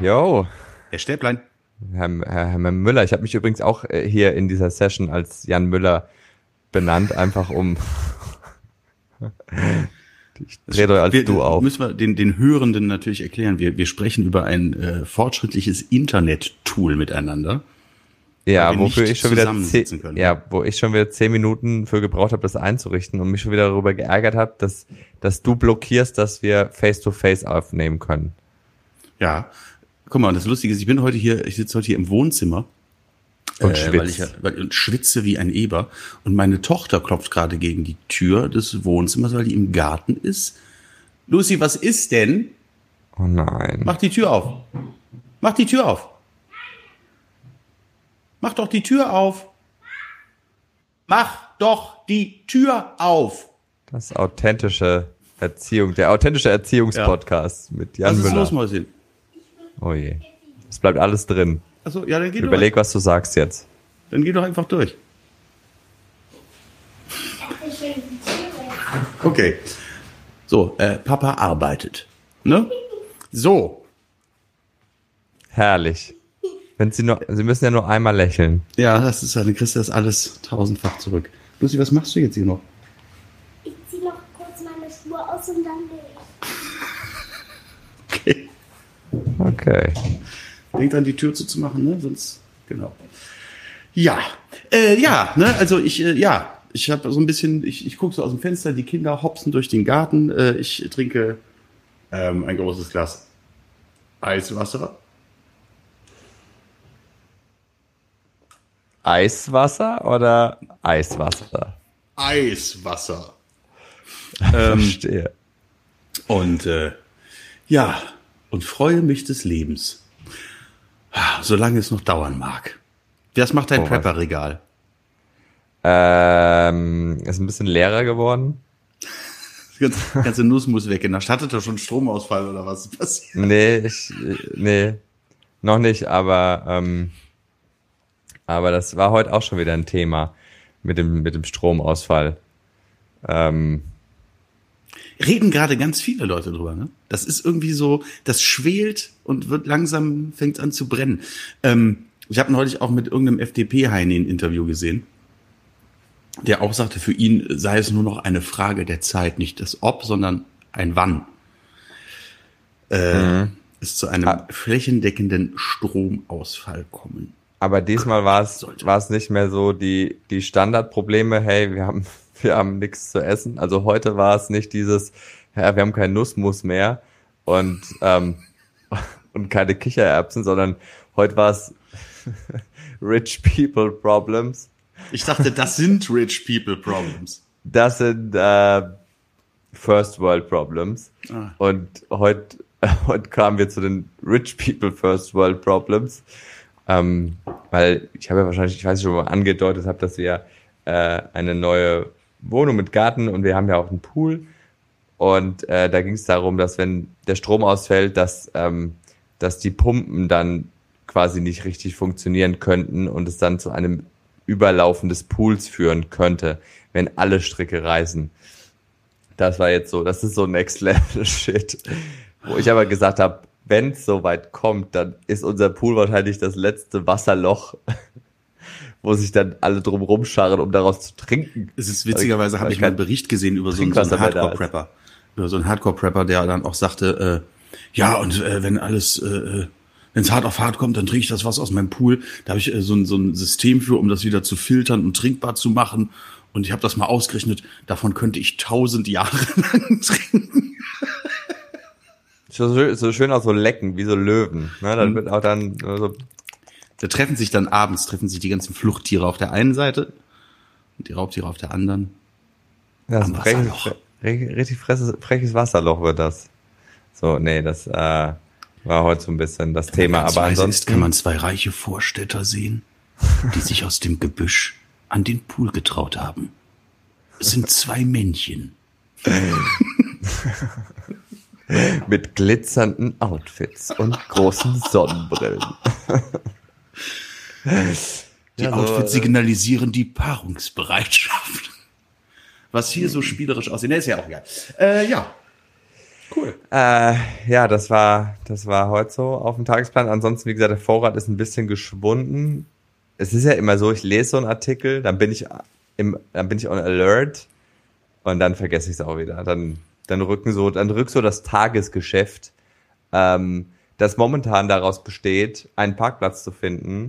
Jo, Herr Stäblein. Herr Müller, ich habe mich übrigens auch hier in dieser Session als Jan Müller benannt, einfach um. Ich drehe doch als du auf. Müssen wir den Hörenden natürlich erklären. Wir sprechen über ein fortschrittliches Internet-Tool miteinander. Ja, wo ich schon wieder 10 Minuten für gebraucht habe, das einzurichten und mich schon wieder darüber geärgert habe, dass du blockierst, dass wir Face-to-Face aufnehmen können. Ja, guck mal, das Lustige ist, ich sitze heute hier im Wohnzimmer und schwitze. Weil ich schwitze wie ein Eber und meine Tochter klopft gerade gegen die Tür des Wohnzimmers, weil die im Garten ist. Lucy, was ist denn? Oh nein. Mach die Tür auf. Mach die Tür auf. Mach doch die Tür auf. Mach doch die Tür auf. Das authentische Erziehung, der authentische Erziehungspodcast mit Jan Müller. Was ist los, Mäuschen? Oh je. Es bleibt alles drin. Achso, ja, dann geh durch. Überleg, was du sagst jetzt. Dann geh doch einfach durch. Okay. So, Papa arbeitet. Ne? So. Herrlich. Sie müssen ja nur einmal lächeln. Ja, das ist ja, dann kriegst du das alles tausendfach zurück. Lucy, was machst du jetzt hier noch? Ich ziehe noch kurz meine Schuhe aus und dann gehe ich. Okay. Denk dran, die Tür zuzumachen, ne? Sonst, genau. Ja, ne? Also ich habe so ein bisschen, ich gucke so aus dem Fenster, die Kinder hopsen durch den Garten. Ich trinke ein großes Glas Eiswasser. Eiswasser oder Eiswasser? Eiswasser. Verstehe. Und und freue mich des Lebens. Solange es noch dauern mag. Was macht dein Prepper-Regal? Ist ein bisschen leerer geworden. Die ganze Nussmus weggenascht. Hattet ihr schon Stromausfall oder was ist passiert? Nee, noch nicht, aber das war heute auch schon wieder ein Thema mit dem Stromausfall. Reden gerade ganz viele Leute drüber, ne? Das ist irgendwie so, das schwelt und fängt an zu brennen. Ich habe neulich auch mit irgendeinem FDP-Heini ein Interview gesehen, der auch sagte, für ihn sei es nur noch eine Frage der Zeit, nicht das Ob, sondern ein Wann. Es zu einem flächendeckenden Stromausfall kommen. Aber diesmal war es nicht mehr so die Standardprobleme, hey, wir haben nichts zu essen. Also heute war es nicht dieses, ja, wir haben keinen Nussmus mehr und keine Kichererbsen, sondern heute war es Rich People Problems. Ich dachte, das sind Rich People Problems. Das sind First World Problems. Und heute kamen wir zu den Rich People First World Problems. Weil ich habe ja wahrscheinlich, ich weiß nicht, schon mal angedeutet habe, dass wir eine neue Wohnung mit Garten und wir haben ja auch einen Pool und da ging es darum, dass wenn der Strom ausfällt, dass die Pumpen dann quasi nicht richtig funktionieren könnten und es dann zu einem Überlaufen des Pools führen könnte, wenn alle Stricke reißen. Das war jetzt so, das ist so Next Level Shit, wo ich aber gesagt habe, wenn es soweit kommt, dann ist unser Pool wahrscheinlich das letzte Wasserloch, wo sich dann alle drum rumscharren, um daraus zu trinken. Es ist witzigerweise, habe ich mal einen Bericht gesehen über so einen Hardcore-Prepper. Über so einen Hardcore-Prepper, der dann auch sagte, wenn es hart auf hart kommt, dann trinke ich das Wasser aus meinem Pool. Da habe ich so ein System für, um das wieder zu filtern und trinkbar zu machen. Und ich habe das mal ausgerechnet, davon könnte ich 1000 Jahre lang trinken. So schön auch so lecken, wie so Löwen. Ne? Dann wird auch dann so. Da treffen sich die ganzen Fluchttiere auf der einen Seite und die Raubtiere auf der anderen. Ja, das ist richtig freches Wasserloch wird das. So, nee, das war heute so ein bisschen das Thema. Aber ansonsten kann man zwei reiche Vorstädter sehen, die sich aus dem Gebüsch an den Pool getraut haben. Es sind zwei Männchen. Mit glitzernden Outfits und großen Sonnenbrillen. Die Outfits signalisieren die Paarungsbereitschaft. Was hier so spielerisch aussieht. Ne, ist ja auch egal. Cool. Ja, das war heute so auf dem Tagesplan. Ansonsten, wie gesagt, der Vorrat ist ein bisschen geschwunden. Es ist ja immer so, ich lese so einen Artikel, dann bin ich on alert und dann vergesse ich es auch wieder. Dann rückt so das Tagesgeschäft, das momentan daraus besteht, einen Parkplatz zu finden,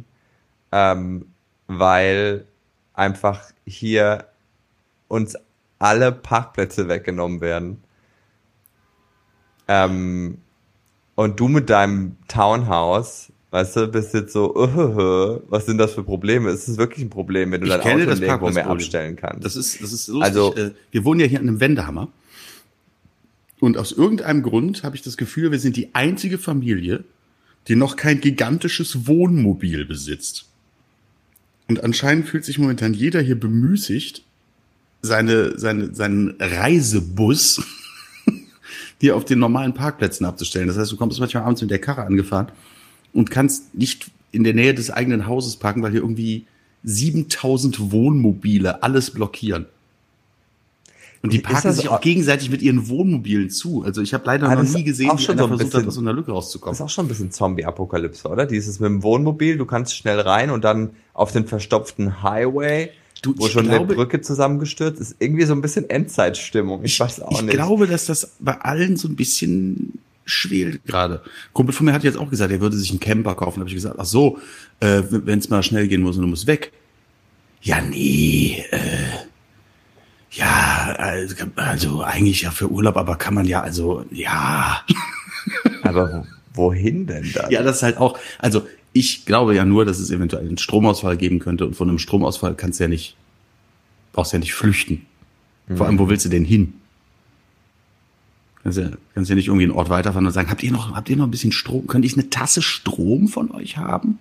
weil einfach hier uns alle Parkplätze weggenommen werden. Und du mit deinem Townhouse, weißt du, bist jetzt so, was sind das für Probleme? Ist es wirklich ein Problem, wenn du dein Auto nirgendwo mehr abstellen kannst? Das ist lustig. Also, wir wohnen ja hier an einem Wendehammer. Und aus irgendeinem Grund habe ich das Gefühl, wir sind die einzige Familie, die noch kein gigantisches Wohnmobil besitzt. Und anscheinend fühlt sich momentan jeder hier bemüßigt, seinen Reisebus hier auf den normalen Parkplätzen abzustellen. Das heißt, du kommst manchmal abends mit der Karre angefahren und kannst nicht in der Nähe des eigenen Hauses parken, weil hier irgendwie 7000 Wohnmobile alles blockieren. Und die parken sich auch gegenseitig mit ihren Wohnmobilen zu. Also ich habe leider noch nie gesehen, wie einer versucht hat, aus so einer Lücke rauszukommen. Das ist auch schon ein bisschen Zombie-Apokalypse, oder? Dieses mit dem Wohnmobil, du kannst schnell rein und dann auf den verstopften Highway, wo schon eine Brücke zusammengestürzt ist, irgendwie so ein bisschen Endzeitstimmung. Ich weiß auch nicht. Ich glaube, dass das bei allen so ein bisschen schwelt gerade. Ein Kumpel von mir hat jetzt auch gesagt, er würde sich einen Camper kaufen. Da habe ich gesagt, ach so, wenn es mal schnell gehen muss und du musst weg. Ja, nee, ja, also eigentlich ja für Urlaub, aber kann man ja, also, ja. Aber wohin denn dann? Ja, das ist halt auch, also ich glaube ja nur, dass es eventuell einen Stromausfall geben könnte und von einem Stromausfall brauchst du ja nicht flüchten. Vor allem, wo willst du denn hin? Kannst ja nicht irgendwie einen Ort weiterfahren und sagen, habt ihr noch ein bisschen Strom? Könnte ich eine Tasse Strom von euch haben?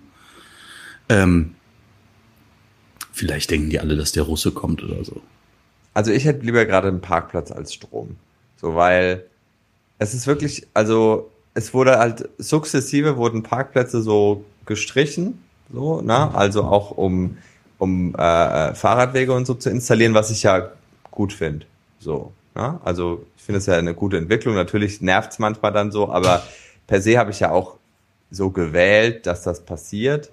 Vielleicht denken die alle, dass der Russe kommt oder so. Also ich hätte lieber gerade einen Parkplatz als Strom. So, weil es ist wirklich, also es wurde halt sukzessive wurden Parkplätze so gestrichen, so, ne? Also auch um Fahrradwege und so zu installieren, was ich ja gut finde. So, ne? Also ich finde es ja eine gute Entwicklung. Natürlich nervt es manchmal dann so, aber per se habe ich ja auch so gewählt, dass das passiert.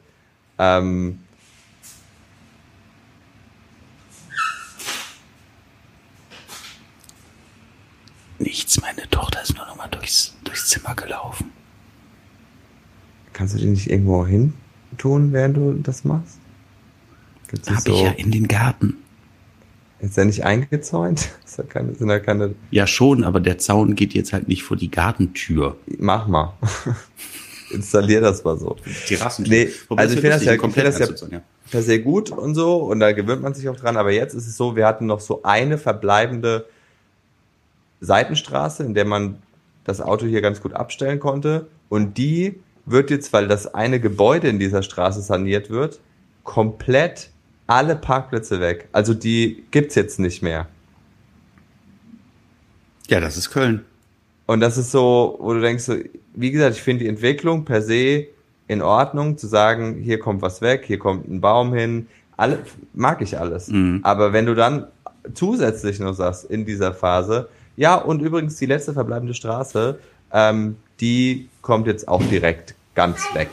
Nichts, meine Tochter ist nur noch mal durchs Zimmer gelaufen. Kannst du die nicht irgendwo hin tun, während du das machst? Hab ich ja in den Garten. Ist der nicht eingezäunt? Sind da keine... Ja schon, aber der Zaun geht jetzt halt nicht vor die Gartentür. Mach mal. Installier das mal so. Terrassentür. Nee, also ich finde das ja per se gut und so und da gewöhnt man sich auch dran, aber jetzt ist es so, wir hatten noch so eine verbleibende Seitenstraße, in der man das Auto hier ganz gut abstellen konnte und die wird jetzt, weil das eine Gebäude in dieser Straße saniert wird, komplett alle Parkplätze weg. Also die gibt's jetzt nicht mehr. Ja, das ist Köln. Und das ist so, wo du denkst, so, wie gesagt, ich finde die Entwicklung per se in Ordnung, zu sagen, hier kommt was weg, hier kommt ein Baum hin, mag ich alles. Mhm. Aber wenn du dann zusätzlich noch sagst, in dieser Phase, ja, und übrigens die letzte verbleibende Straße, die kommt jetzt auch direkt ganz weg.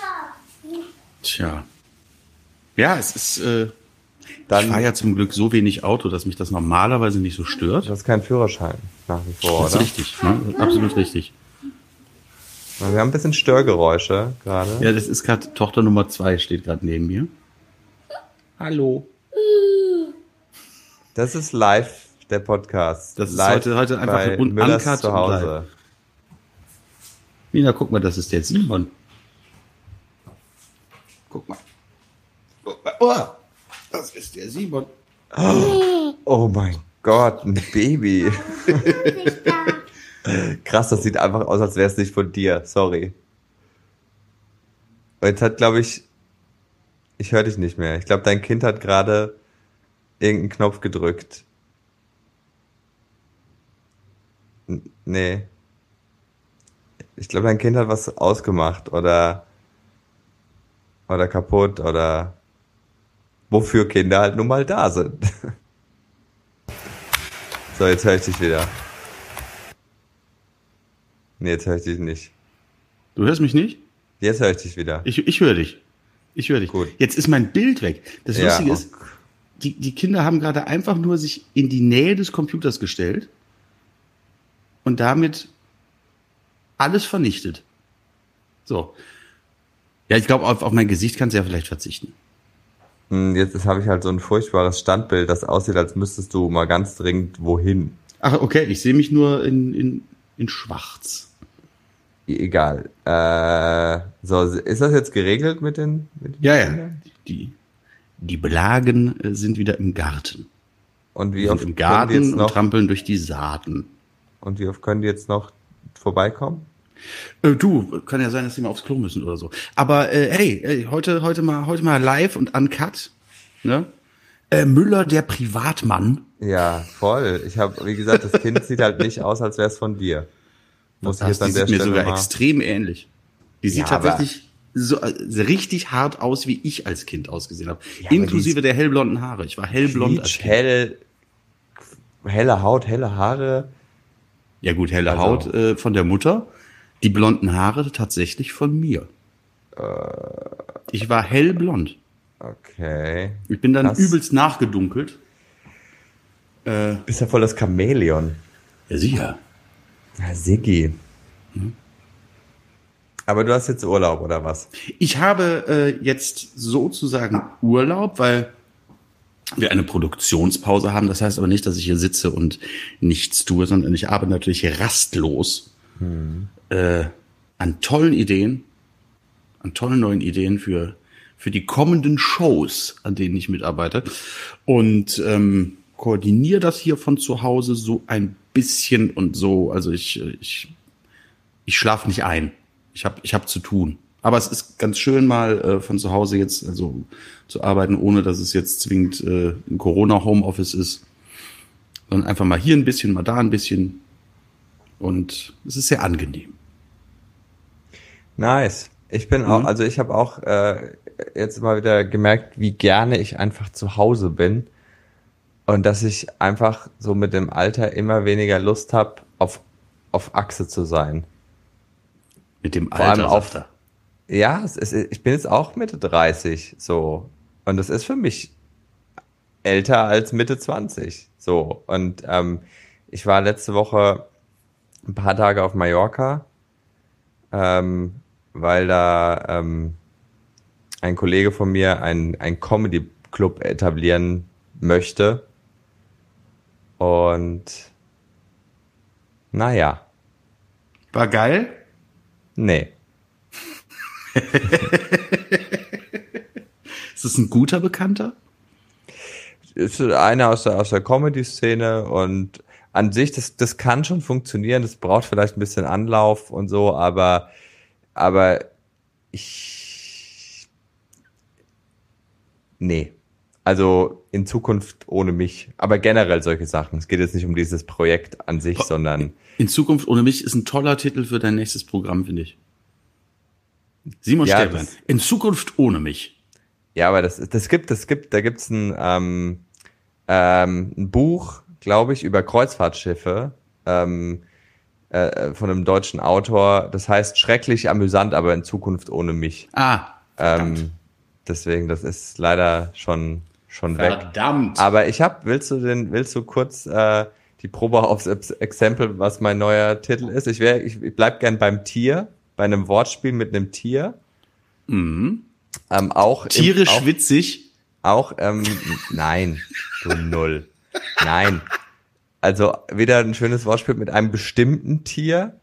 Tja. Ja, es ist, ich fahre ja zum Glück so wenig Auto, dass mich das normalerweise nicht so stört. Du hast keinen Führerschein nach wie vor, das ist oder? Richtig, ne? Absolut richtig. Wir haben ein bisschen Störgeräusche gerade. Ja, das ist gerade Tochter Nummer 2 steht gerade neben mir. Hallo. Das ist live, der Podcast. Das ist live heute einfach uncut zu Hause. Mina, guck mal, das ist der Simon. Guck mal. Oh, das ist der Simon. Oh mein Gott, ein Baby. Krass, das sieht einfach aus, als wäre es nicht von dir. Sorry. Jetzt hat, glaube ich höre dich nicht mehr. Ich glaube, dein Kind hat gerade irgendeinen Knopf gedrückt. Nee. Ich glaube, dein Kind hat was ausgemacht oder kaputt oder wofür Kinder halt nun mal da sind. So, jetzt höre ich dich wieder. Nee, jetzt höre ich dich nicht. Du hörst mich nicht? Jetzt höre ich dich wieder. Ich höre dich. Ich höre dich. Gut. Jetzt ist mein Bild weg. Das Lustige ist, die Kinder haben gerade einfach nur sich in die Nähe des Computers gestellt und damit alles vernichtet. So. Ja, ich glaube, auf mein Gesicht kannst du ja vielleicht verzichten. Jetzt habe ich halt so ein furchtbares Standbild, das aussieht, als müsstest du mal ganz dringend wohin. Ach, okay, ich sehe mich nur in schwarz. Egal. So, ist das jetzt geregelt mit den Ja. Kindern? Die Blagen sind wieder im Garten. Und wie oft im Garten können die jetzt noch, und trampeln durch die Saaten. und wie oft können die jetzt noch vorbeikommen? Kann ja sein, dass die mal aufs Klo müssen oder so. Aber hey, heute mal live und uncut. Ne? Müller, der Privatmann. Ja, voll. Ich habe, wie gesagt, das Kind sieht halt nicht aus, als wäre es von dir. Muss ich jetzt an Die der sieht mir Stelle sogar mal... extrem ähnlich. Die sieht Ja, tatsächlich so richtig hart aus, wie ich als Kind ausgesehen habe. Ja, Inklusive der hellblonden Haare. Ich war hellblond als Kind. Helle Haut, helle Haare. Ja gut, helle Haut von der Mutter. Die blonden Haare tatsächlich von mir. Ich war hellblond. Okay. Ich bin dann Krass. übelst nachgedunkelt. Bist ja voll das Chamäleon. Ja, sicher. Ja, Siggi. Aber du hast jetzt Urlaub, oder was? Ich habe jetzt sozusagen Urlaub, weil wir eine Produktionspause haben. Das heißt aber nicht, dass ich hier sitze und nichts tue, sondern ich arbeite natürlich rastlos an tollen Ideen, an tollen neuen Ideen für die kommenden Shows, an denen ich mitarbeite. Und koordiniere das hier von zu Hause so ein bisschen und so. Also ich schlafe nicht ein. Ich hab zu tun. Aber es ist ganz schön, mal von zu Hause jetzt also zu arbeiten, ohne dass es jetzt zwingend ein Corona-Homeoffice ist. Sondern einfach mal hier ein bisschen, mal da ein bisschen. Und es ist sehr angenehm. Nice. Ich bin auch, also ich habe auch jetzt mal wieder gemerkt, wie gerne ich einfach zu Hause bin und dass ich einfach so mit dem Alter immer weniger Lust habe, auf Achse zu sein. Mit dem Vor allem Alter, auf, sagt ja, ich bin jetzt auch Mitte 30, so. Und das ist für mich älter als Mitte 20, so. Und ich war letzte Woche ein paar Tage auf Mallorca, weil da ein Kollege von mir ein Comedy-Club etablieren möchte. Und naja. War geil? Nee. Ist das ein guter Bekannter? Ist einer aus der Comedy-Szene und an sich, das kann schon funktionieren, das braucht vielleicht ein bisschen Anlauf und so, aber nee. Also in Zukunft ohne mich. Aber generell solche Sachen. Es geht jetzt nicht um dieses Projekt an sich, sondern... In Zukunft ohne mich ist ein toller Titel für dein nächstes Programm, finde ich. Simon Ja, Stäblein. In Zukunft ohne mich. Ja, aber da gibt's ein Buch, glaube ich, über Kreuzfahrtschiffe von einem deutschen Autor. Das heißt schrecklich amüsant, aber in Zukunft ohne mich. Deswegen, das ist leider schon weg. Verdammt. Aber willst du kurz die Probe aufs Exempel, was mein neuer Titel ist? Ich bleib gern beim Tier, bei einem Wortspiel mit einem Tier. Mhm. Auch tierisch witzig. Nein, du Null. Nein. Also wieder ein schönes Wortspiel mit einem bestimmten Tier,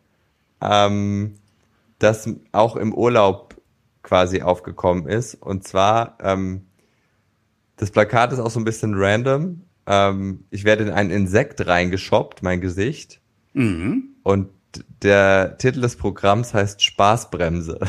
das auch im Urlaub quasi aufgekommen ist. Und zwar, das Plakat ist auch so ein bisschen random. Ich werde in ein Insekt reingeschoppt, mein Gesicht. Mhm. Und der Titel des Programms heißt Spaßbremse.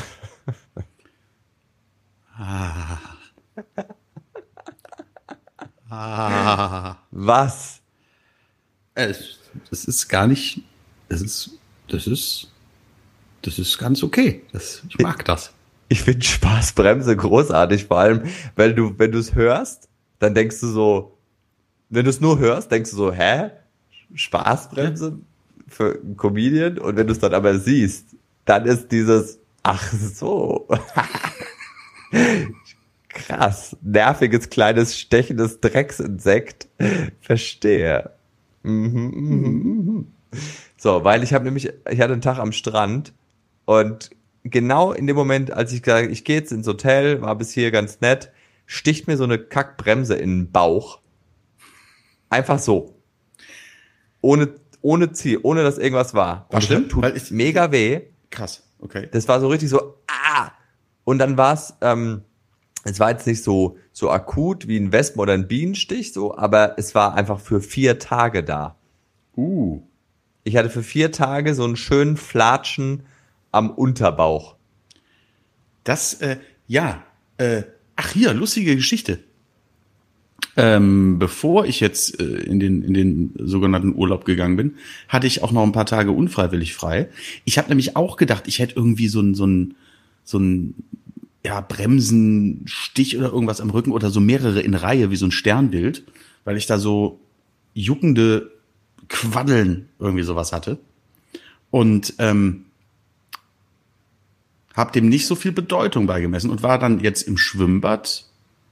Was? Das ist gar nicht, das ist ganz okay. Ich mag das. Ich finde Spaßbremse großartig, vor allem, wenn du es hörst, dann denkst du so, wenn du es nur hörst, denkst du so, hä? Spaßbremse? für einen Comedian und wenn du es dann aber siehst, dann ist dieses, ach so. Krass, nerviges, kleines, stechendes Drecksinsekt. Verstehe. So, weil ich hatte einen Tag am Strand und genau in dem Moment, als ich gesagt habe, ich gehe jetzt ins Hotel, war bis hier ganz nett, sticht mir so eine Kackbremse in den Bauch. Einfach so. Ohne Ziel, ohne dass irgendwas war. War schlimm? Tut mega weh. Krass, okay. Das war so richtig so, Und dann war es war jetzt nicht so akut wie ein Wespen- oder ein Bienenstich, so, aber es war einfach für 4 Tage da. Ich hatte für 4 Tage so einen schönen Flatschen am Unterbauch. Das, ach hier, lustige Geschichte. Bevor ich jetzt in den sogenannten Urlaub gegangen bin, hatte ich auch noch ein paar Tage unfreiwillig frei. Ich habe nämlich auch gedacht, ich hätte irgendwie so ein Bremsenstich oder irgendwas am Rücken oder so mehrere in Reihe wie so ein Sternbild, weil ich da so juckende Quaddeln irgendwie sowas hatte. Und habe dem nicht so viel Bedeutung beigemessen und war dann jetzt im Schwimmbad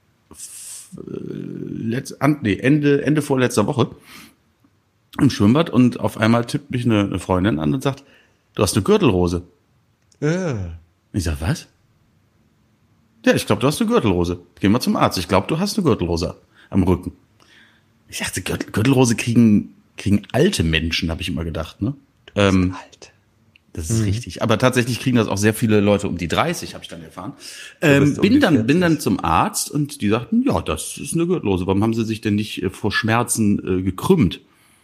Ende vorletzter Woche im Schwimmbad und auf einmal tippt mich eine Freundin an und sagt, du hast eine Gürtelrose. Ich sag, was? Ja, ich glaube, du hast eine Gürtelrose. Geh mal zum Arzt. Ich glaube, du hast eine Gürtelrose am Rücken. Ich dachte, Gürtelrose kriegen alte Menschen, habe ich immer gedacht. Ne? Du bist alt. Das ist richtig. Aber tatsächlich kriegen das auch sehr viele Leute um die 30, habe ich dann erfahren. Bin dann zum Arzt und die sagten, ja, das ist eine Gürtelrose. Warum haben sie sich denn nicht vor Schmerzen gekrümmt?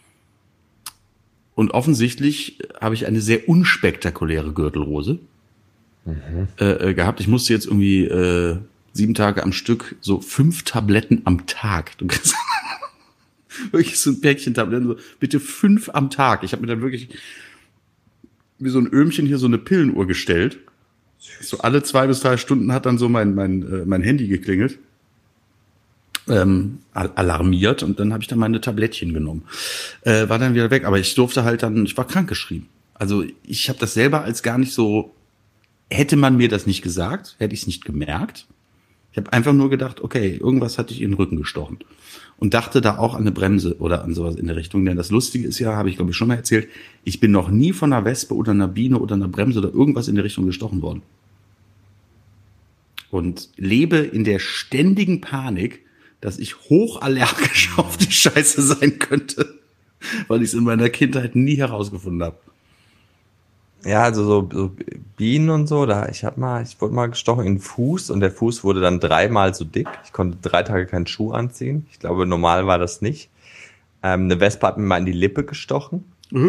Und offensichtlich habe ich eine sehr unspektakuläre Gürtelrose gehabt. Ich musste jetzt irgendwie 7 Tage am Stück so 5 Tabletten am Tag. Du kannst wirklich so ein Päckchen Tabletten, so bitte 5 am Tag. Ich habe mir dann wirklich wie so ein Öhmchen hier so eine Pillenuhr gestellt. So alle 2 bis 3 Stunden hat dann so mein Handy geklingelt. Alarmiert und dann habe ich dann meine Tablettchen genommen. War dann wieder weg, aber ich durfte halt dann, ich war krankgeschrieben. Also ich habe das selber als gar nicht so, hätte man mir das nicht gesagt, hätte ich es nicht gemerkt. Ich habe einfach nur gedacht, okay, irgendwas hatte ich in den Rücken gestochen. Und dachte da auch an eine Bremse oder an sowas in der Richtung. Denn das Lustige ist ja, habe ich glaube ich schon mal erzählt, ich bin noch nie von einer Wespe oder einer Biene oder einer Bremse oder irgendwas in der Richtung gestochen worden. Und lebe in der ständigen Panik, dass ich hochallergisch auf die Scheiße sein könnte, weil ich es in meiner Kindheit nie herausgefunden habe. Ja, also so Bienen und so, ich wurde mal gestochen in den Fuß und der Fuß wurde dann 3-mal so dick. Ich konnte 3 Tage keinen Schuh anziehen. Ich glaube, normal war das nicht. Eine Wespe hat mir mal in die Lippe gestochen.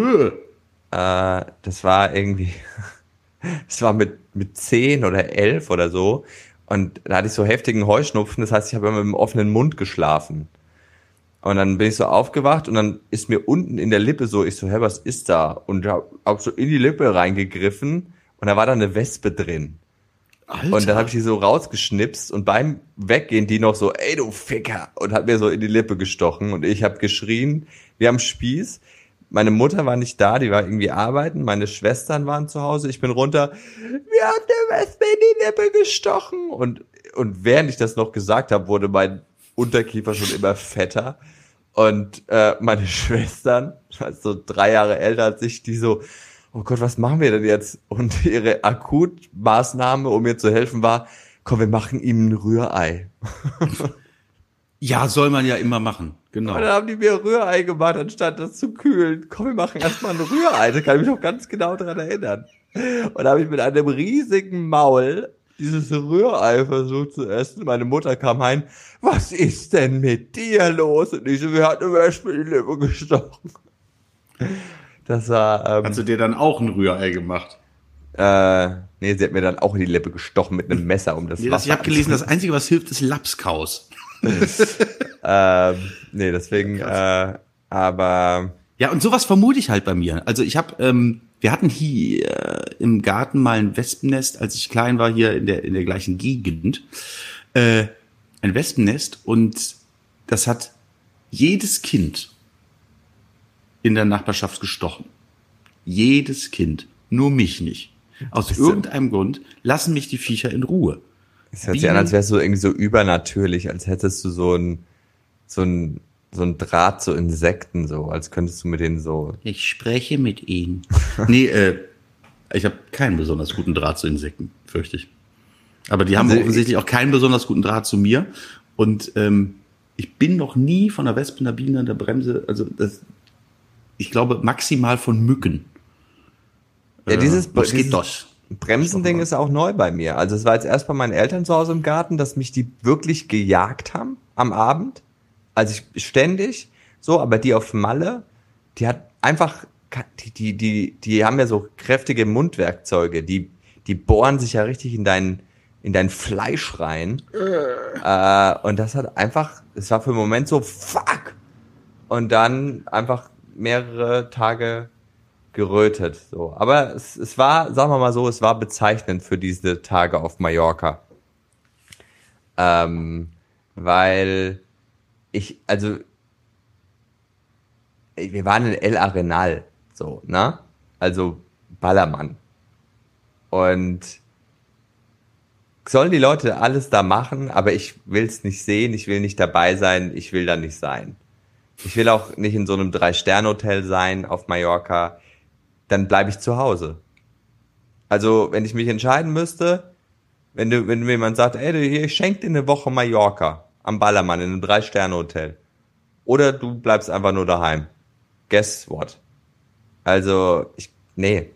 Das war irgendwie, das war mit 10 oder 11 oder so. Und da hatte ich so heftigen Heuschnupfen, das heißt, ich habe immer mit dem offenen Mund geschlafen. Und dann bin ich so aufgewacht und dann ist mir unten in der Lippe so, ich so, hä, was ist da? Und hab so in die Lippe reingegriffen und da war da eine Wespe drin. Alter. Und dann habe ich die so rausgeschnipst und beim Weggehen die noch so, ey du Ficker, und hat mir so in die Lippe gestochen und ich habe geschrien, wir haben Spieß. Meine Mutter war nicht da, die war irgendwie arbeiten, meine Schwestern waren zu Hause, ich bin runter, wir haben der Wespe in die Lippe gestochen. Und während ich das noch gesagt habe, wurde mein Unterkiefer schon immer fetter. Und meine Schwestern, also 3 Jahre älter als ich, die so, oh Gott, was machen wir denn jetzt? Und ihre Akutmaßnahme, um mir zu helfen, war, komm, wir machen ihm ein Rührei. Ja, soll man ja immer machen, genau. Und dann haben die mir Rührei gemacht, anstatt das zu kühlen. Komm, wir machen erstmal ein Rührei, da kann ich mich noch ganz genau dran erinnern. Und da habe ich mit einem riesigen Maul dieses Rührei versucht zu essen. Meine Mutter kam heim, was ist denn mit dir los? Und ich so, wir hatten eine Wespe in die Lippe gestochen. Das war... Hast du dir dann auch ein Rührei gemacht? Nee, sie hat mir dann auch in die Lippe gestochen mit einem Messer, um das Wasser. Ich habe gelesen, das Einzige, was hilft, ist Lapskaus. Nee, deswegen, aber... Ja, und sowas vermute ich halt bei mir. Also ich habe, wir hatten hier im Garten mal ein Wespennest, als ich klein war, hier in der gleichen Gegend. Ein Wespennest und das hat jedes Kind in der Nachbarschaft gestochen. Jedes Kind. Nur mich nicht. Aus irgendeinem Grund lassen mich die Viecher in Ruhe. Es hört sich an, als wärst du irgendwie so übernatürlich, als hättest du so ein Draht zu Insekten, so, als könntest du mit denen so... Ich spreche mit ihnen. Nee, ich habe keinen besonders guten Draht zu Insekten, fürchte ich. Aber die haben offensichtlich auch keinen besonders guten Draht zu mir. Und ich bin noch nie von der Wespe, einer Biene, einer Bremse, ich glaube maximal von Mücken. Ja, dieses Bremsending ist auch neu bei mir. Also es war jetzt erst bei meinen Eltern zu Hause im Garten, dass mich die wirklich gejagt haben am Abend. Also ich ständig so, aber die auf Malle, die hat einfach, die haben ja so kräftige Mundwerkzeuge, die bohren sich ja richtig in dein Fleisch rein. Und das hat einfach, es war für einen Moment so, fuck! Und dann einfach mehrere Tage gerötet, so. Aber es war, sagen wir mal so, es war bezeichnend für diese Tage auf Mallorca. Weil wir waren in El Arenal, so, ne? Also Ballermann. Und sollen die Leute alles da machen, aber ich will es nicht sehen, ich will nicht dabei sein, ich will da nicht sein. Ich will auch nicht in so einem 3-Sterne-Hotel sein auf Mallorca, dann bleibe ich zu Hause. Also, wenn ich mich entscheiden müsste, wenn mir jemand sagt, ey, ich schenke dir eine Woche Mallorca am Ballermann in einem 3-Sterne-Hotel. Oder du bleibst einfach nur daheim. Guess what? Also, nee.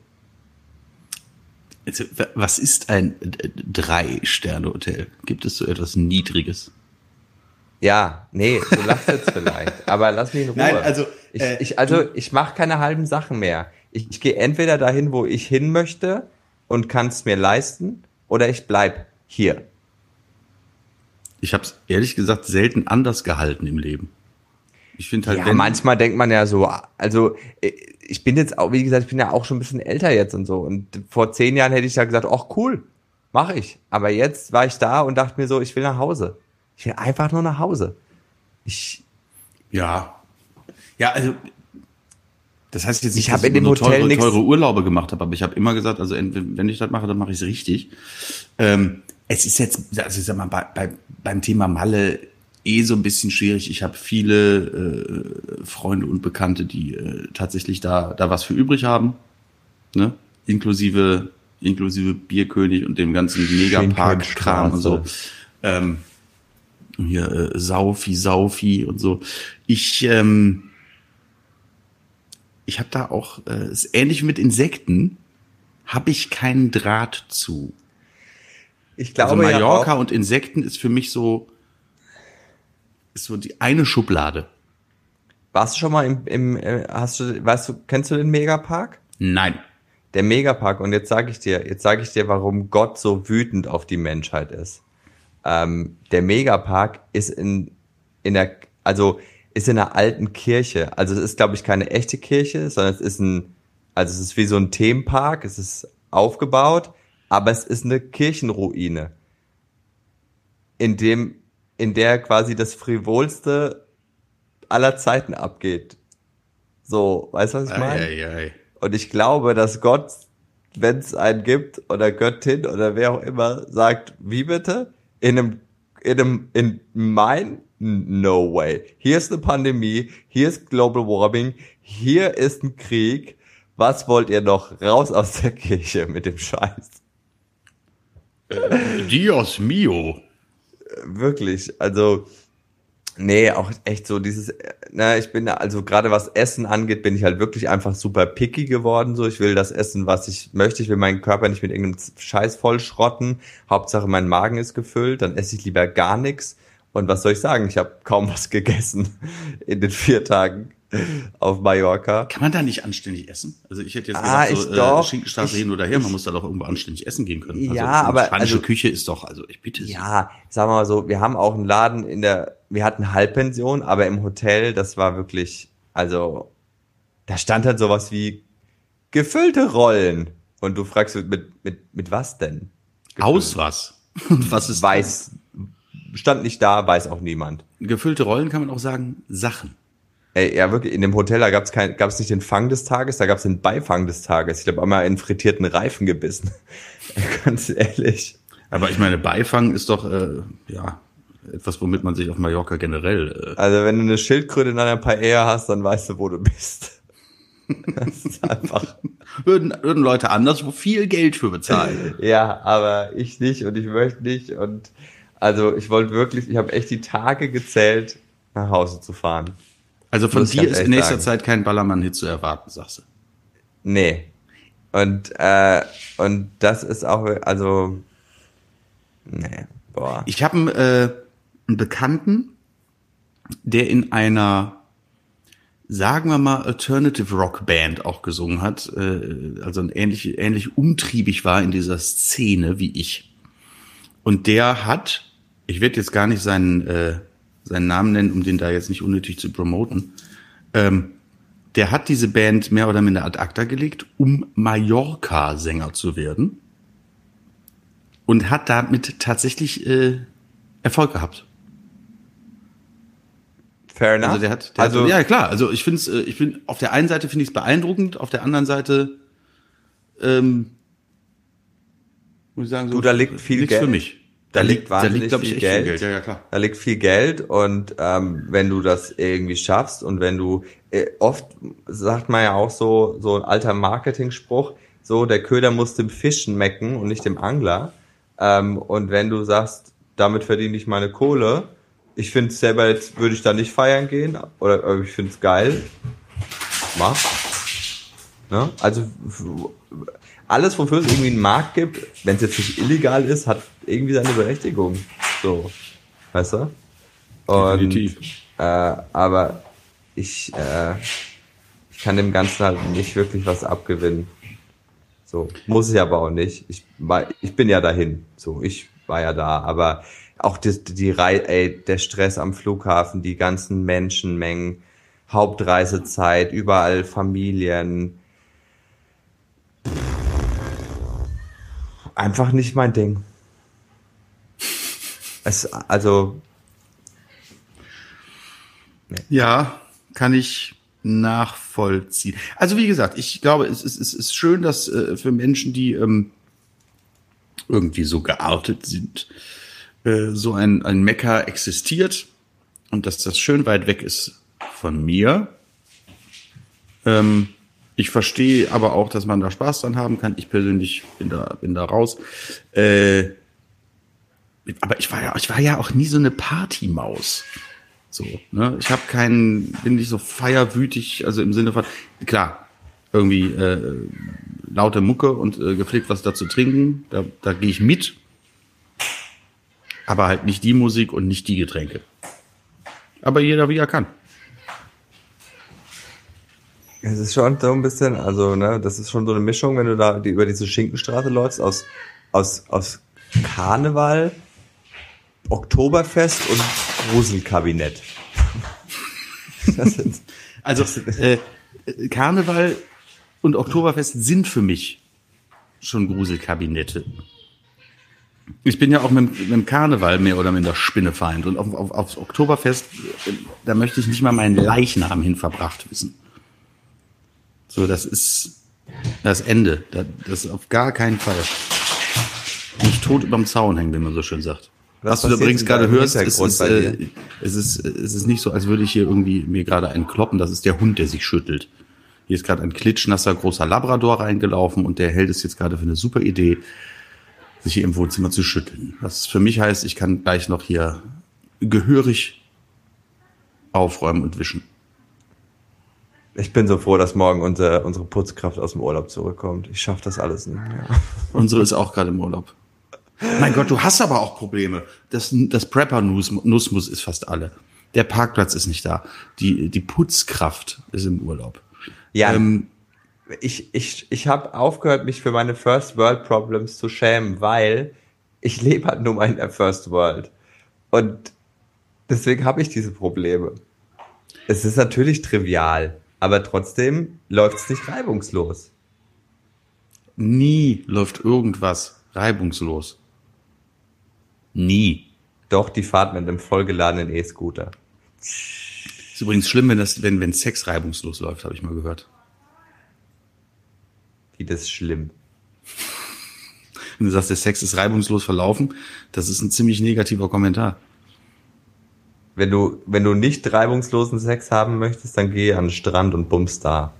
Also, was ist ein 3-Sterne-Hotel? Gibt es so etwas Niedriges? Ja, nee, du lachst jetzt vielleicht, aber lass mich in Ruhe. Nein, also, ich mache keine halben Sachen mehr. Ich gehe entweder dahin, wo ich hin möchte und kann es mir leisten, oder ich bleib hier. Ich habe es ehrlich gesagt selten anders gehalten im Leben. Ich finde halt, manchmal denkt man ja so, also ich bin jetzt auch, wie gesagt, ich bin ja auch schon ein bisschen älter jetzt und so. Und vor 10 Jahren hätte ich ja gesagt, ach cool, mache ich. Aber jetzt war ich da und dachte mir so, ich will nach Hause. Ich will einfach nur nach Hause. Ja, also das heißt jetzt nicht, dass ich nur teure Urlaube gemacht habe, aber ich habe immer gesagt, also wenn ich das mache, dann mache ich es richtig. Es ist jetzt, also ich sag mal, beim Thema Malle so ein bisschen schwierig. Ich habe viele Freunde und Bekannte, die tatsächlich da was für übrig haben, ne? Inklusive Bierkönig und dem ganzen Megapark-Kram und so. Hier Saufi und so. Ich habe da auch, ist ähnlich mit Insekten, habe ich keinen Draht zu. Ich glaube, also Mallorca und Insekten ist für mich so die eine Schublade. Warst du schon mal kennst du den Megapark? Nein. Der Megapark, und jetzt sage ich dir, warum Gott so wütend auf die Menschheit ist. Der Megapark ist in einer alten Kirche. Also es ist, glaube ich, keine echte Kirche, sondern es ist wie so ein Themenpark, es ist aufgebaut, aber es ist eine Kirchenruine, in der quasi das Frivolste aller Zeiten abgeht. So, weißt du, was ich meine? Und ich glaube, dass Gott, wenn es einen gibt, oder Göttin, oder wer auch immer, sagt, wie bitte? In no way. Hier ist eine Pandemie, hier ist Global Warming, hier ist ein Krieg. Was wollt ihr noch? Raus aus der Kirche mit dem Scheiß. Dios mio. Wirklich, also, nee, auch echt so dieses, ich bin, also gerade was Essen angeht, bin ich halt wirklich einfach super picky geworden, so, ich will das essen, was ich möchte, ich will meinen Körper nicht mit irgendeinem Scheiß vollschrotten, Hauptsache mein Magen ist gefüllt, dann esse ich lieber gar nichts, und was soll ich sagen, ich habe kaum was gegessen in den 4 Tagen auf Mallorca. Kann man da nicht anständig essen? Also ich hätte jetzt gesagt, Schinkenstraße hin oder her, man muss da doch irgendwo anständig essen gehen können. Also ja, aber spanische Küche ist doch, also ich bitte Sie. Ja, sagen wir mal so, wir haben auch einen Laden wir hatten Halbpension, aber im Hotel, das war wirklich, also da stand halt sowas wie gefüllte Rollen. Und du fragst mit was denn? Gefüllt. Aus was? Und was ist stand nicht da, weiß auch niemand. Gefüllte Rollen kann man auch sagen, Sachen. Ey, ja, wirklich, in dem Hotel, da gab's nicht den Fang des Tages, da gab's den Beifang des Tages. Ich habe einmal in frittierten Reifen gebissen. Ganz ehrlich. Aber ich meine, Beifang ist doch, etwas, womit man sich auf Mallorca generell... Also wenn du eine Schildkröte in einer Paella hast, dann weißt du, wo du bist. Das ist einfach... Würden Leute anderswo viel Geld für bezahlen. Ja, aber ich nicht und ich möchte nicht. Und also ich habe echt die Tage gezählt, nach Hause zu fahren. Also von dir ist in nächster Zeit kein Ballermann-Hit zu erwarten, sagst du? Nee. Und das ist auch, also, nee, boah. Ich habe einen Bekannten, der in einer, sagen wir mal, Alternative Rock Band auch gesungen hat, also ähnlich umtriebig war in dieser Szene wie ich. Und der hat, ich werde jetzt gar nicht seinen Namen nennen, um den da jetzt nicht unnötig zu promoten, der hat diese Band mehr oder minder ad acta gelegt, um Mallorca-Sänger zu werden und hat damit tatsächlich Erfolg gehabt. Fair enough. Also der hat ja klar, also ich finde auf der einen Seite finde ich es beeindruckend, auf der anderen Seite muss ich sagen, so, da liegt viel Geld für mich. Da liegt wahnsinnig viel Geld. Ja, klar. Da liegt viel Geld und wenn du das irgendwie schaffst und wenn du oft sagt man ja auch so ein alter Marketing-Spruch, so der Köder muss dem Fisch schmecken und nicht dem Angler. Und wenn du sagst, damit verdiene ich meine Kohle, ich finde es selber, jetzt würde ich da nicht feiern gehen, oder ich finde es geil, mach. Ne? Also alles, wofür es irgendwie einen Markt gibt, wenn es jetzt nicht illegal ist, hat irgendwie seine Berechtigung. So, weißt du? Und, definitiv. Aber ich kann dem Ganzen halt nicht wirklich was abgewinnen. So, muss ich aber auch nicht. Ich bin ja dahin. So, ich war ja da, aber auch der Stress am Flughafen, die ganzen Menschenmengen, Hauptreisezeit, überall Familien. Einfach nicht mein Ding. Nee. Ja, kann ich nachvollziehen. Also wie gesagt, ich glaube, es ist schön, dass für Menschen, die irgendwie so geartet sind, so ein Mekka existiert und dass das schön weit weg ist von mir. Ich verstehe aber auch, dass man da Spaß dran haben kann. Ich persönlich bin da raus. Aber ich war ja auch nie so eine Partymaus. So, ne? Bin nicht so feierwütig, also im Sinne von, klar, irgendwie laute Mucke und gepflegt was da zu trinken, da gehe ich mit. Aber halt nicht die Musik und nicht die Getränke. Aber jeder wie er kann. Es ist schon so ein bisschen, also, ne, das ist schon so eine Mischung, wenn du da über diese Schinkenstraße läufst, aus Karneval, Oktoberfest und Gruselkabinett. Karneval und Oktoberfest sind für mich schon Gruselkabinette. Ich bin ja auch mit dem Karneval mehr oder minder Spinnefeind. Und aufs Oktoberfest, da möchte ich nicht mal meinen Leichnam hin verbracht wissen. So, das ist das Ende. Das ist auf gar keinen Fall. Nicht tot überm Zaun hängen, wie man so schön sagt. Was du übrigens gerade hörst, es ist nicht so, als würde ich hier irgendwie mir gerade einen kloppen. Das ist der Hund, der sich schüttelt. Hier ist gerade ein klitschnasser großer Labrador reingelaufen und der hält es jetzt gerade für eine super Idee, sich hier im Wohnzimmer zu schütteln. Was für mich heißt, ich kann gleich noch hier gehörig aufräumen und wischen. Ich bin so froh, dass morgen unsere Putzkraft aus dem Urlaub zurückkommt. Ich schaffe das alles nicht mehr. Unsere ist auch gerade im Urlaub. Mein Gott, du hast aber auch Probleme. Das Prepper-Nussmus ist fast alle. Der Parkplatz ist nicht da. Die Putzkraft ist im Urlaub. Ja, ich habe aufgehört, mich für meine First World Problems zu schämen, weil ich lebe halt nur mal in der First World. Und deswegen habe ich diese Probleme. Es ist natürlich trivial, aber trotzdem läuft es nicht reibungslos. Nie läuft irgendwas reibungslos. Nie. Doch, die Fahrt mit einem vollgeladenen E-Scooter. Ist übrigens schlimm, wenn Sex reibungslos läuft, habe ich mal gehört. Wie das ist schlimm. Wenn du sagst, der Sex ist reibungslos verlaufen, das ist ein ziemlich negativer Kommentar. Wenn du nicht reibungslosen Sex haben möchtest, dann geh an den Strand und bums da.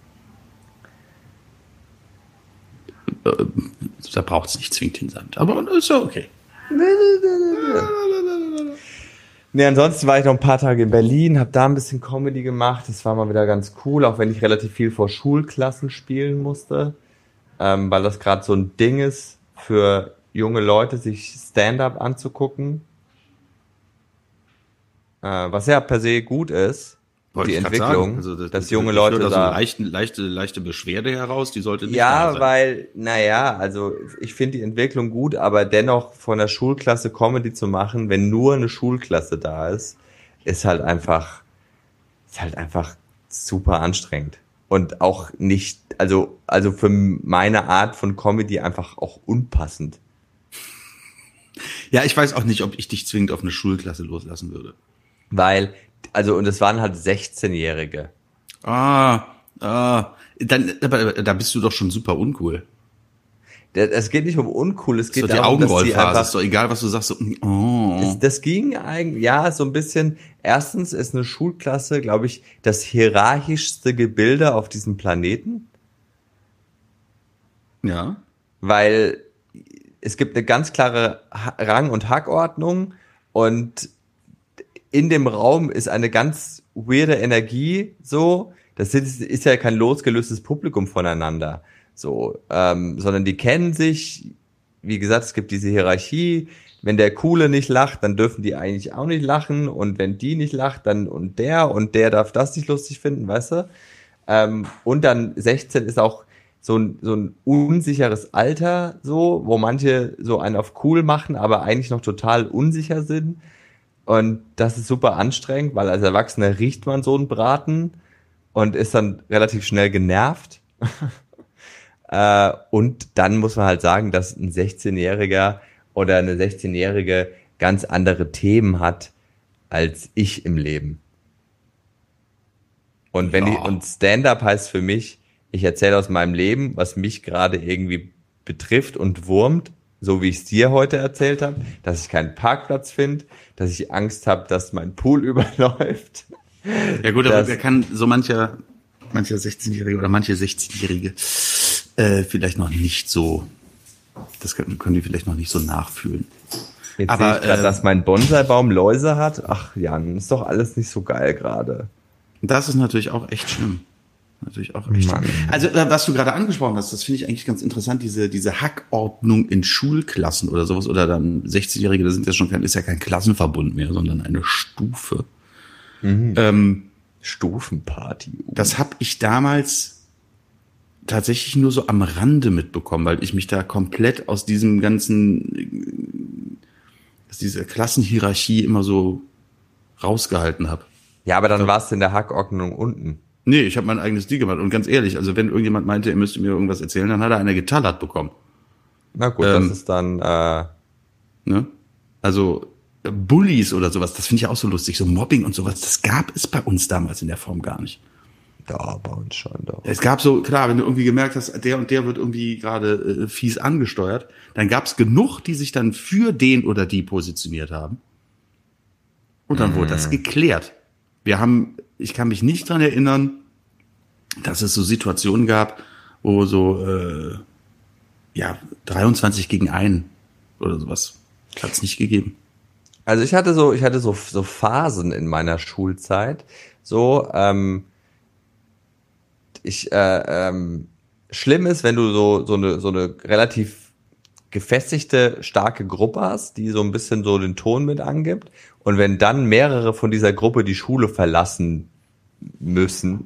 Da braucht es nicht zwingend den Sand, aber ist ja okay. Nee, ansonsten war ich noch ein paar Tage in Berlin, habe da ein bisschen Comedy gemacht. Das war mal wieder ganz cool, auch wenn ich relativ viel vor Schulklassen spielen musste, weil das gerade so ein Ding ist für junge Leute, sich Stand-up anzugucken. Was ja per se gut ist, die Entwicklung, also dass junge Leute da so leichte Beschwerde heraus, die sollte nicht ja, sein. weil, also ich finde die Entwicklung gut, aber dennoch von der Schulklasse Comedy zu machen, wenn nur eine Schulklasse da ist, ist halt einfach super anstrengend. Und auch nicht, also für meine Art von Comedy einfach auch unpassend. Ja, ich weiß auch nicht, ob ich dich zwingend auf eine Schulklasse loslassen würde. Weil, und es waren halt 16-Jährige. Dann, aber da bist du doch schon super uncool. Es geht nicht um uncool, es geht darum, die Augenrollphase, ist doch egal, was du sagst. So, Das ging eigentlich, ja, so ein bisschen. Erstens ist eine Schulklasse, glaube ich, das hierarchischste Gebilde auf diesem Planeten. Ja. Weil es gibt eine ganz klare Rang- und Hackordnung und in dem Raum ist eine ganz weirde Energie, so. Das ist ja kein losgelöstes Publikum voneinander, so, sondern die kennen sich. Wie gesagt, es gibt diese Hierarchie. Wenn der Coole nicht lacht, dann dürfen die eigentlich auch nicht lachen. Und wenn die nicht lacht, dann und der darf das nicht lustig finden, weißt du? Und dann 16 ist auch so ein unsicheres Alter, so, wo manche so einen auf cool machen, aber eigentlich noch total unsicher sind. Und das ist super anstrengend, weil als Erwachsener riecht man so einen Braten und ist dann relativ schnell genervt. Und dann muss man halt sagen, dass ein 16-Jähriger oder eine 16-Jährige ganz andere Themen hat als ich im Leben. Und und Stand-up heißt für mich, ich erzähle aus meinem Leben, was mich gerade irgendwie betrifft und wurmt, so wie ich es dir heute erzählt habe, dass ich keinen Parkplatz finde, dass ich Angst habe, dass mein Pool überläuft. Ja gut, aber wer kann so mancher 16-Jährige oder manche 16-Jährige vielleicht noch nicht so, das können die vielleicht noch nicht so nachfühlen. Jetzt aber sehe ich gerade, dass mein Bonsai-Baum Läuse hat. Ach Jan, ist doch alles nicht so geil gerade. Das ist natürlich auch echt schlimm. Also was du gerade angesprochen hast, das finde ich eigentlich ganz interessant, diese Hackordnung in Schulklassen oder sowas, oder dann 16-Jährige, das ist ja kein Klassenverbund mehr, sondern eine Stufe. Stufenparty. Das habe ich damals tatsächlich nur so am Rande mitbekommen, weil ich mich da komplett aus dieser Klassenhierarchie immer so rausgehalten habe. Ja, aber dann warst du in der Hackordnung unten. Nee, ich habe mein eigenes Deal gemacht. Und ganz ehrlich, also wenn irgendjemand meinte, er müsste mir irgendwas erzählen, dann hat er eine getallert bekommen. Na gut, das ist dann... Ne? Also Bullies oder sowas, das finde ich auch so lustig. So Mobbing und sowas, das gab es bei uns damals in der Form gar nicht. Da, bei uns schon doch. Es gab so, klar, wenn du irgendwie gemerkt hast, der und der wird irgendwie gerade fies angesteuert, dann gab es genug, die sich dann für den oder die positioniert haben. Und dann wurde das geklärt. Ich kann mich nicht dran erinnern, dass es so Situationen gab, wo so 23 gegen 1 oder sowas. Hat es nicht gegeben. Also ich hatte so Phasen in meiner Schulzeit. So, schlimm ist, wenn du so eine relativ gefestigte, starke Gruppe hast, die so ein bisschen so den Ton mit angibt. Und wenn dann mehrere von dieser Gruppe die Schule verlassen müssen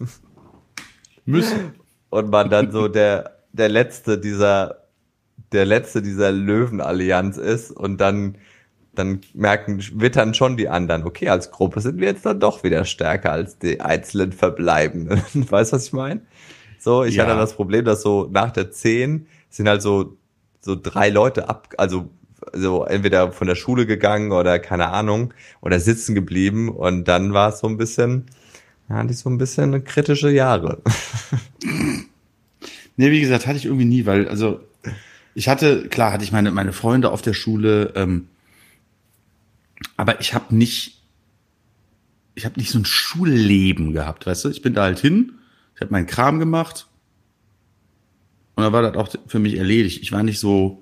und man dann so der letzte dieser Löwenallianz ist und dann wittern schon die anderen, okay, als Gruppe sind wir jetzt dann doch wieder stärker als die einzelnen Verbleibenden. Weißt du, was ich meine? So, ich hatte das Problem, dass so nach der 10 sind halt so 3 Leute so entweder von der Schule gegangen oder keine Ahnung oder sitzen geblieben und dann war es so ein bisschen, hatte ich so ein bisschen kritische Jahre. Nee, wie gesagt, hatte ich irgendwie nie, weil, also hatte ich meine Freunde auf der Schule, aber ich habe nicht so ein Schulleben gehabt, weißt du? Ich bin da halt hin, ich habe meinen Kram gemacht und dann war das auch für mich erledigt. Ich war nicht so,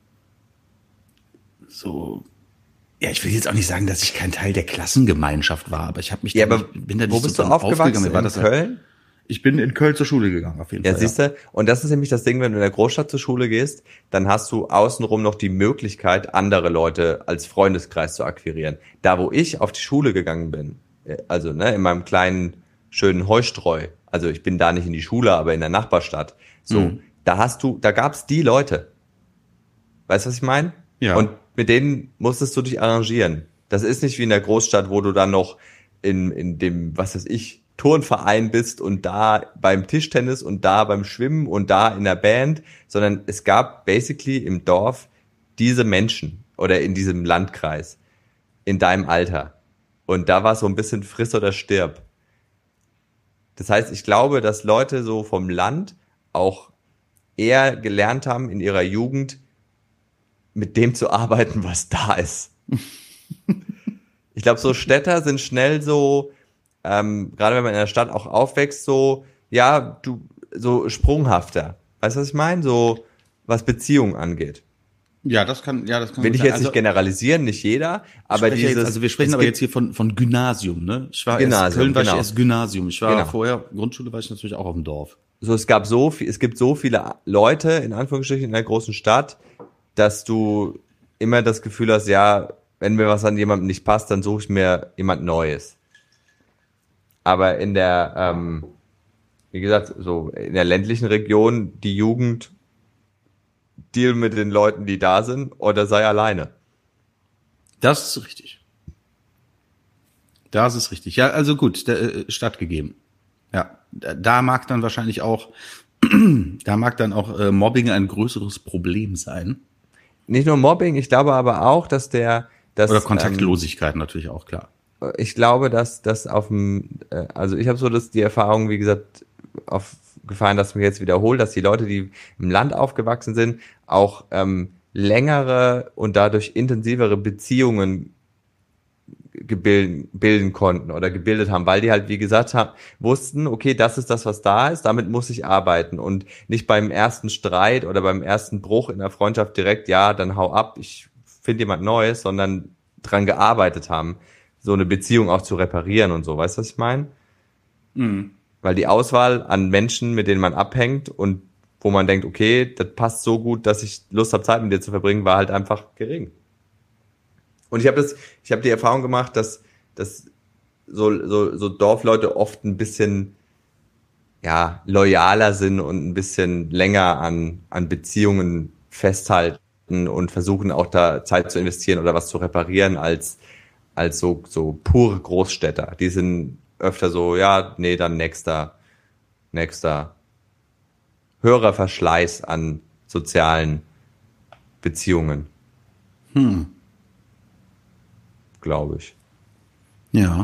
ja, ich will jetzt auch nicht sagen, dass ich kein Teil der Klassengemeinschaft war, aber ich habe mich bin da nicht wo bist so du aufgewachsen? In Köln? Ich bin in Köln zur Schule gegangen, auf jeden Fall. Ja, siehst du, und das ist nämlich das Ding, wenn du in der Großstadt zur Schule gehst, dann hast du außenrum noch die Möglichkeit, andere Leute als Freundeskreis zu akquirieren. Da, wo ich auf die Schule gegangen bin, also in meinem kleinen, schönen Heustreu, also ich bin da nicht in die Schule, aber in der Nachbarstadt, da gab's die Leute. Weißt du, was ich meine? Ja. Und mit denen musstest du dich arrangieren. Das ist nicht wie in der Großstadt, wo du dann noch in dem, was weiß ich, Turnverein bist und da beim Tischtennis und da beim Schwimmen und da in der Band, sondern es gab basically im Dorf diese Menschen oder in diesem Landkreis in deinem Alter. Und da war so ein bisschen friss oder stirb. Das heißt, ich glaube, dass Leute so vom Land auch eher gelernt haben in ihrer Jugend, mit dem zu arbeiten, was da ist. Ich glaube, so Städter sind schnell so, gerade wenn man in der Stadt auch aufwächst, so sprunghafter. Weißt du, was ich meine? So, was Beziehungen angeht. Ja, das kann will ich jetzt nicht generalisieren, nicht jeder, aber wir sprechen aber jetzt hier von Gymnasium, ne? Ich war Köln war ich erst Gymnasium. Ich war vorher, Grundschule war ich natürlich auch auf dem Dorf. So, es gibt so viele Leute, in Anführungsstrichen, in der großen Stadt, dass du immer das Gefühl hast, ja, wenn mir was an jemandem nicht passt, dann suche ich mir jemand Neues. Aber in der, wie gesagt, so in der ländlichen Region, die Jugend deal mit den Leuten, die da sind, oder sei alleine. Das ist richtig. Das ist richtig. Ja, also gut, stattgegeben. Ja, da mag dann wahrscheinlich auch, Mobbing ein größeres Problem sein. Nicht nur Mobbing, ich glaube aber auch, dass oder Kontaktlosigkeit natürlich auch, klar. Ich glaube, dass das also ich habe so die Erfahrung, wie gesagt, auf Gefahren, dass ich mich jetzt wiederhole, dass die Leute, die im Land aufgewachsen sind, auch längere und dadurch intensivere Beziehungen bilden konnten oder gebildet haben, weil die halt, wie gesagt, wussten, okay, das ist das, was da ist, damit muss ich arbeiten und nicht beim ersten Streit oder beim ersten Bruch in der Freundschaft direkt, ja, dann hau ab, ich finde jemand Neues, sondern dran gearbeitet haben, so eine Beziehung auch zu reparieren und so, weißt du, was ich meine? Mhm. Weil die Auswahl an Menschen, mit denen man abhängt und wo man denkt, okay, das passt so gut, dass ich Lust habe, Zeit mit dir zu verbringen, war halt einfach gering. Und ich habe die Erfahrung gemacht, dass so Dorfleute oft ein bisschen loyaler sind und ein bisschen länger an Beziehungen festhalten und versuchen auch da Zeit zu investieren oder was zu reparieren als so pure Großstädter. Die sind öfter so, ja, nee, dann nächster. Höherer Verschleiß an sozialen Beziehungen. Glaube ich. Ja.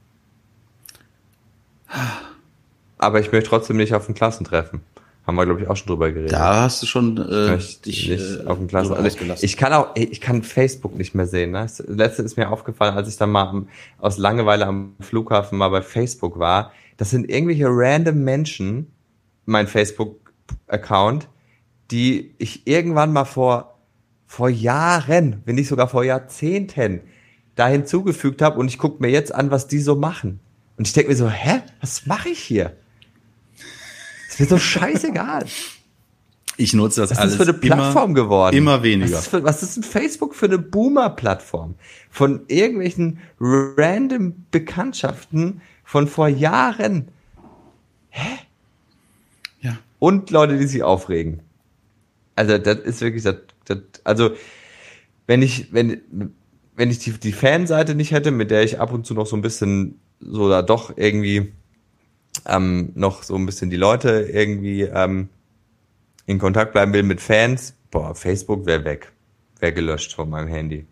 Aber ich möchte trotzdem nicht auf ein Klassentreffen. Haben wir, glaube ich, auch schon drüber geredet. Da hast du schon dich nicht auf dem Klassentreffen. Ich kann Facebook nicht mehr sehen. Ne? Das letzte ist mir aufgefallen, als ich dann mal aus Langeweile am Flughafen mal bei Facebook war. Das sind irgendwelche random Menschen, mein Facebook-Account, die ich irgendwann mal vor Jahren, wenn nicht sogar vor Jahrzehnten, da hinzugefügt habe und ich gucke mir jetzt an, was die so machen. Und ich denke mir so, was mache ich hier? Das wird so scheißegal. Ich nutze das alles. Was ist das für eine Plattform geworden? Immer weniger. Was ist denn Facebook für eine Boomer-Plattform? Von irgendwelchen random Bekanntschaften von vor Jahren. Ja. Und Leute, die sich aufregen. Also das ist wirklich also wenn ich die Fanseite nicht hätte, mit der ich ab und zu noch so ein bisschen so da doch irgendwie noch so ein bisschen die Leute irgendwie in Kontakt bleiben will mit Fans, Facebook wäre weg. weggelöscht von meinem Handy.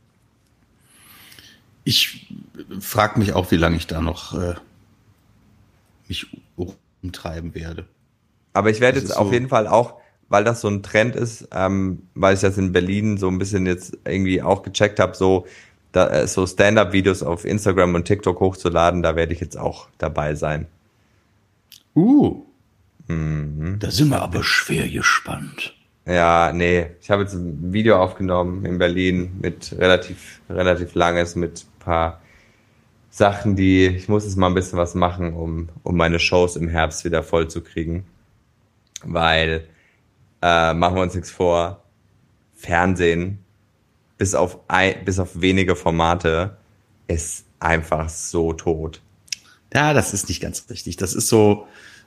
Ich frage mich auch, wie lange ich da noch mich umtreiben werde. Aber ich werde jetzt auf jeden Fall auch, weil das so ein Trend ist, weil ich das in Berlin so ein bisschen jetzt irgendwie auch gecheckt habe, so Stand-up-Videos auf Instagram und TikTok hochzuladen, da werde ich jetzt auch dabei sein. Da sind wir aber schwer gespannt. Ja, nee, ich habe jetzt ein Video aufgenommen in Berlin mit relativ langes, mit ein paar Sachen, ich muss jetzt mal ein bisschen was machen, um meine Shows im Herbst wieder voll zu kriegen. Weil, machen wir uns nichts vor, Fernsehen, bis auf wenige Formate, ist einfach so tot. Ja, das ist nicht ganz richtig. Das ist so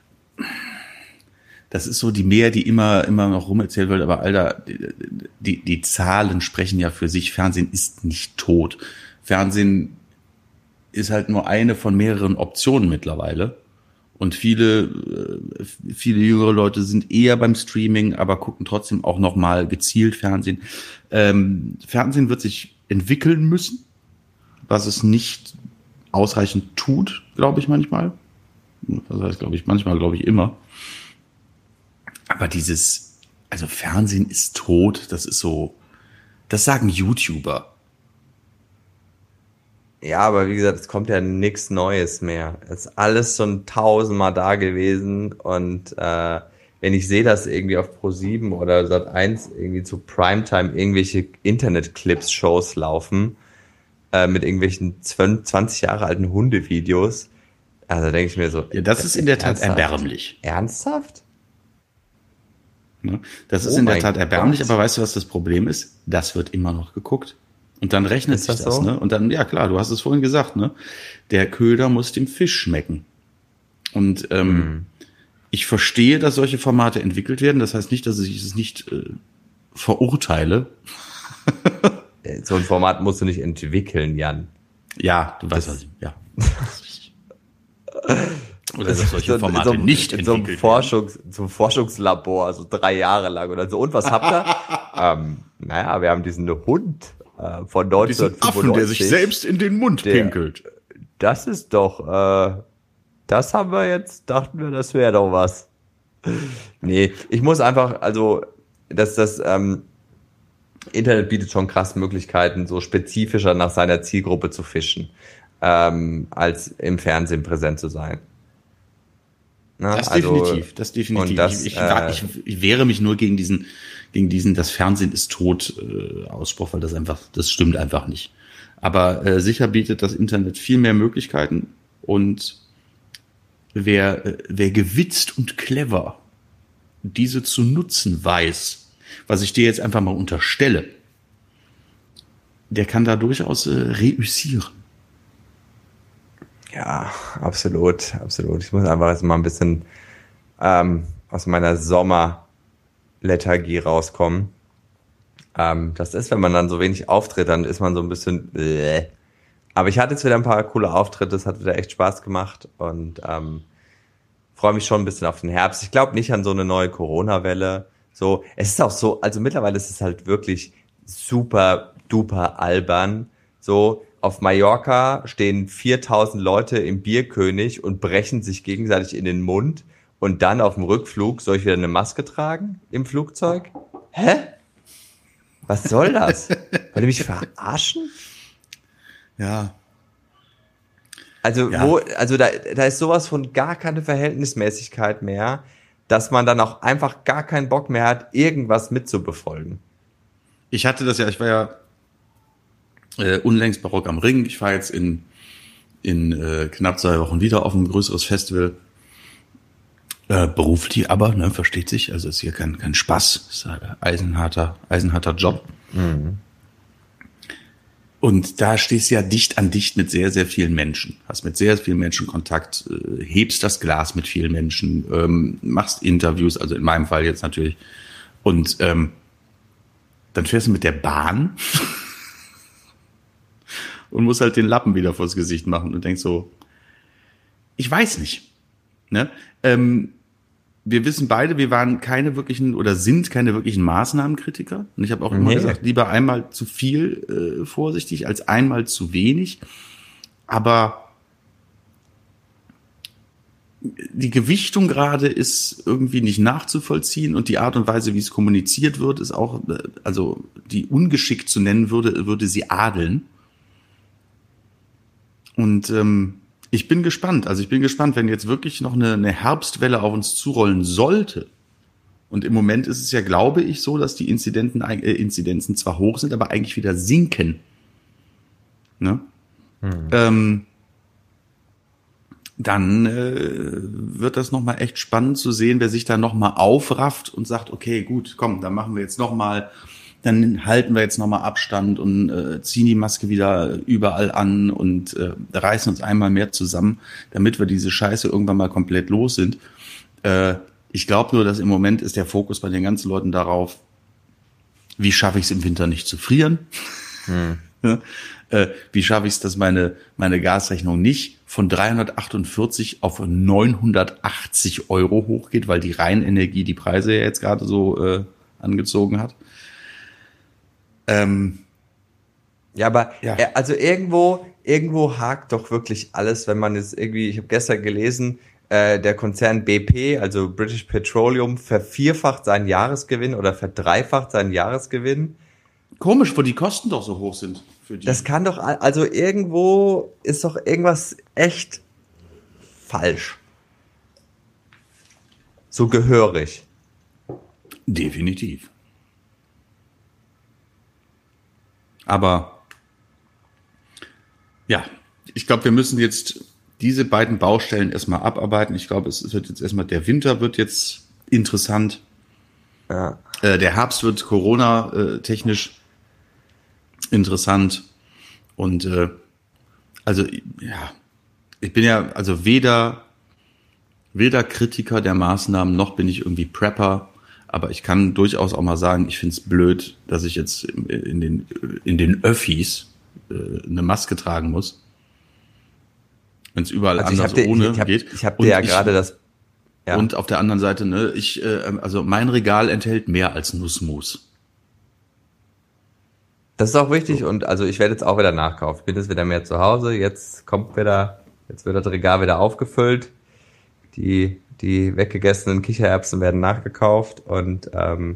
die Mehr, die immer noch rumerzählt wird. Aber Alter, die Zahlen sprechen ja für sich. Fernsehen ist nicht tot. Fernsehen ist halt nur eine von mehreren Optionen mittlerweile. Und viele jüngere Leute sind eher beim Streaming, aber gucken trotzdem auch noch mal gezielt Fernsehen. Fernsehen wird sich entwickeln müssen, was es nicht ausreichend tut, glaube ich manchmal. Das heißt, glaube ich immer. Aber Fernsehen ist tot, das ist so, das sagen YouTuber. Ja, aber wie gesagt, es kommt ja nichts Neues mehr. Es ist alles schon 1000-mal da gewesen und wenn ich sehe, dass irgendwie auf Pro7 oder Sat.1 irgendwie zu Primetime irgendwelche Internet-Clips-Shows laufen mit irgendwelchen 20 Jahre alten Hundevideos, also denke ich mir so. Ja, das ist in der Tat erbärmlich. Ernsthaft? Ne? Das ist in der Tat erbärmlich, aber weißt du, was das Problem ist? Das wird immer noch geguckt. Und dann rechnet sich das, ne? Und dann, ja klar, du hast es vorhin gesagt, ne? Der Köder muss dem Fisch schmecken. Und ich verstehe, dass solche Formate entwickelt werden. Das heißt nicht, dass ich es nicht verurteile. So ein Format musst du nicht entwickeln, Jan. Ja, du weißt was. Ja. Oder dass solche Formate nicht entwickelt werden. Zum Forschungslabor, so 3 Jahre lang oder so. Und was habt ihr? Naja, wir haben diesen Hund von 1995. Diesen Affen, der sich selbst in den Mund pinkelt. Das ist doch, das haben wir jetzt, dachten wir, das wäre doch was. Nee, ich muss einfach, also, das Internet bietet schon krass Möglichkeiten, so spezifischer nach seiner Zielgruppe zu fischen, als im Fernsehen präsent zu sein. Na, das definitiv. Und ich wehre mich nur gegen diesen, das Fernsehen ist tot Ausspruch, weil das stimmt einfach nicht. Aber sicher bietet das Internet viel mehr Möglichkeiten und wer gewitzt und clever diese zu nutzen weiß, was ich dir jetzt einfach mal unterstelle, der kann da durchaus reüssieren. Ja, absolut. Ich muss einfach jetzt mal ein bisschen aus meiner Sommerlethargie rauskommen. Das ist, wenn man dann so wenig auftritt, dann ist man so ein bisschen Aber ich hatte jetzt wieder ein paar coole Auftritte, es hat wieder echt Spaß gemacht und freue mich schon ein bisschen auf den Herbst. Ich glaube nicht an so eine neue Corona-Welle. So, es ist auch so, also mittlerweile ist es halt wirklich super duper albern. So, auf Mallorca stehen 4000 Leute im Bierkönig und brechen sich gegenseitig in den Mund und dann auf dem Rückflug soll ich wieder eine Maske tragen im Flugzeug? Hä? Was soll das? Wollt ihr mich verarschen? Ja. Also da ist sowas von gar keine Verhältnismäßigkeit mehr, dass man dann auch einfach gar keinen Bock mehr hat, irgendwas mitzubefolgen. Ich war ja unlängst bei Rock am Ring. Ich fahre jetzt in knapp 2 Wochen wieder auf ein größeres Festival. Beruflich aber, ne, versteht sich. Also ist hier kein Spaß. Ist ein eisenharter Job. Mhm. Und da stehst du ja dicht an dicht mit sehr, sehr vielen Menschen. Hast mit sehr vielen Menschen Kontakt, hebst das Glas mit vielen Menschen, machst Interviews, also in meinem Fall jetzt natürlich. Und dann fährst du mit der Bahn und musst halt den Lappen wieder vors Gesicht machen und denkst so, ich weiß nicht. Ne? wir wissen beide, wir waren keine wirklichen oder sind keine wirklichen Maßnahmenkritiker. Und ich habe auch immer gesagt, lieber einmal zu viel vorsichtig als einmal zu wenig. Aber die Gewichtung gerade ist irgendwie nicht nachzuvollziehen und die Art und Weise, wie es kommuniziert wird, ist auch, also die ungeschickt zu nennen würde sie adeln. Und ich bin gespannt. Also ich bin gespannt, wenn jetzt wirklich noch eine Herbstwelle auf uns zurollen sollte. Und im Moment ist es ja, glaube ich, so, dass die Inzidenzen zwar hoch sind, aber eigentlich wieder sinken. Ne? Dann wird das nochmal echt spannend zu sehen, wer sich da nochmal aufrafft und sagt, okay, gut, komm, dann machen wir jetzt nochmal, dann halten wir jetzt nochmal Abstand und ziehen die Maske wieder überall an und reißen uns einmal mehr zusammen, damit wir diese Scheiße irgendwann mal komplett los sind. Ich glaube nur, dass im Moment ist der Fokus bei den ganzen Leuten darauf, wie schaffe ich es im Winter nicht zu frieren? Wie schaffe ich es, dass meine Gasrechnung nicht von 348 auf 980 € hochgeht, weil die Rheinenergie die Preise ja jetzt gerade so angezogen hat. Ja, aber also irgendwo hakt doch wirklich alles, wenn man jetzt irgendwie, ich habe gestern gelesen, der Konzern BP, also British Petroleum, vervierfacht seinen Jahresgewinn oder verdreifacht seinen Jahresgewinn. Komisch, wo die Kosten doch so hoch sind für die. Das kann doch, also irgendwo ist doch irgendwas echt falsch. So gehörig. Definitiv. Aber ja, ich glaube, wir müssen jetzt diese beiden Baustellen erstmal abarbeiten. Ich glaube, es wird jetzt erstmal, der Winter wird jetzt interessant. Ja. Der Herbst wird Corona-technisch interessant. Und also ja, ich bin ja also weder Kritiker der Maßnahmen, noch bin ich irgendwie Prepper. Aber ich kann durchaus auch mal sagen, ich finde es blöd, dass ich jetzt in den Öffis eine Maske tragen muss. Wenn es überall Also anders ohne geht. Ich habe dir ja gerade das... Ja. Und auf der anderen Seite, ne, also mein Regal enthält mehr als Nussmus. Das ist auch wichtig und also ich werde jetzt auch wieder nachkaufen. Ich bin jetzt wieder mehr zu Hause. Jetzt wird das Regal wieder aufgefüllt. Die weggegessenen Kichererbsen werden nachgekauft und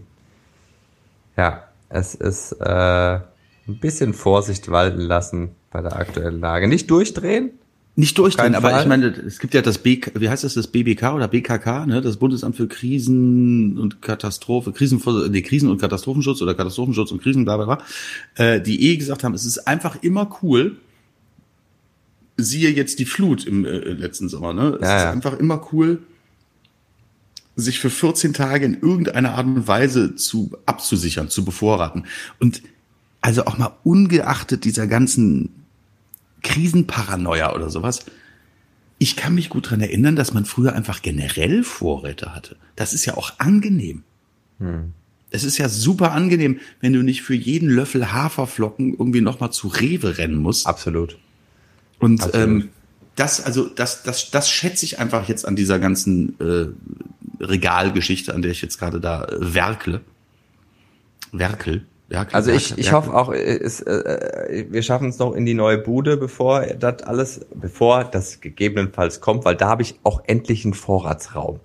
es ist ein bisschen Vorsicht walten lassen bei der aktuellen Lage. Nicht durchdrehen. Nicht durchdrehen, aber ich meine, es gibt ja das wie heißt das BBK oder BKK, ne, das Bundesamt für Krisen- und Katastrophenschutz oder Katastrophenschutz und Krisen, bla bla bla, die gesagt haben, es ist einfach immer cool, siehe jetzt die Flut im letzten Sommer, ne, es ist einfach immer cool, sich für 14 Tage in irgendeiner Art und Weise abzusichern, zu bevorraten. Und also auch mal ungeachtet dieser ganzen Krisenparanoia oder sowas. Ich kann mich gut dran erinnern, dass man früher einfach generell Vorräte hatte. Das ist ja auch angenehm. Es ist ja super angenehm, wenn du nicht für jeden Löffel Haferflocken irgendwie nochmal zu Rewe rennen musst. Absolut. Und das schätze ich einfach jetzt an dieser ganzen Regalgeschichte, an der ich jetzt gerade da werkel. Also ich hoffe auch, wir schaffen es noch in die neue Bude, bevor das gegebenenfalls kommt, weil da habe ich auch endlich einen Vorratsraum.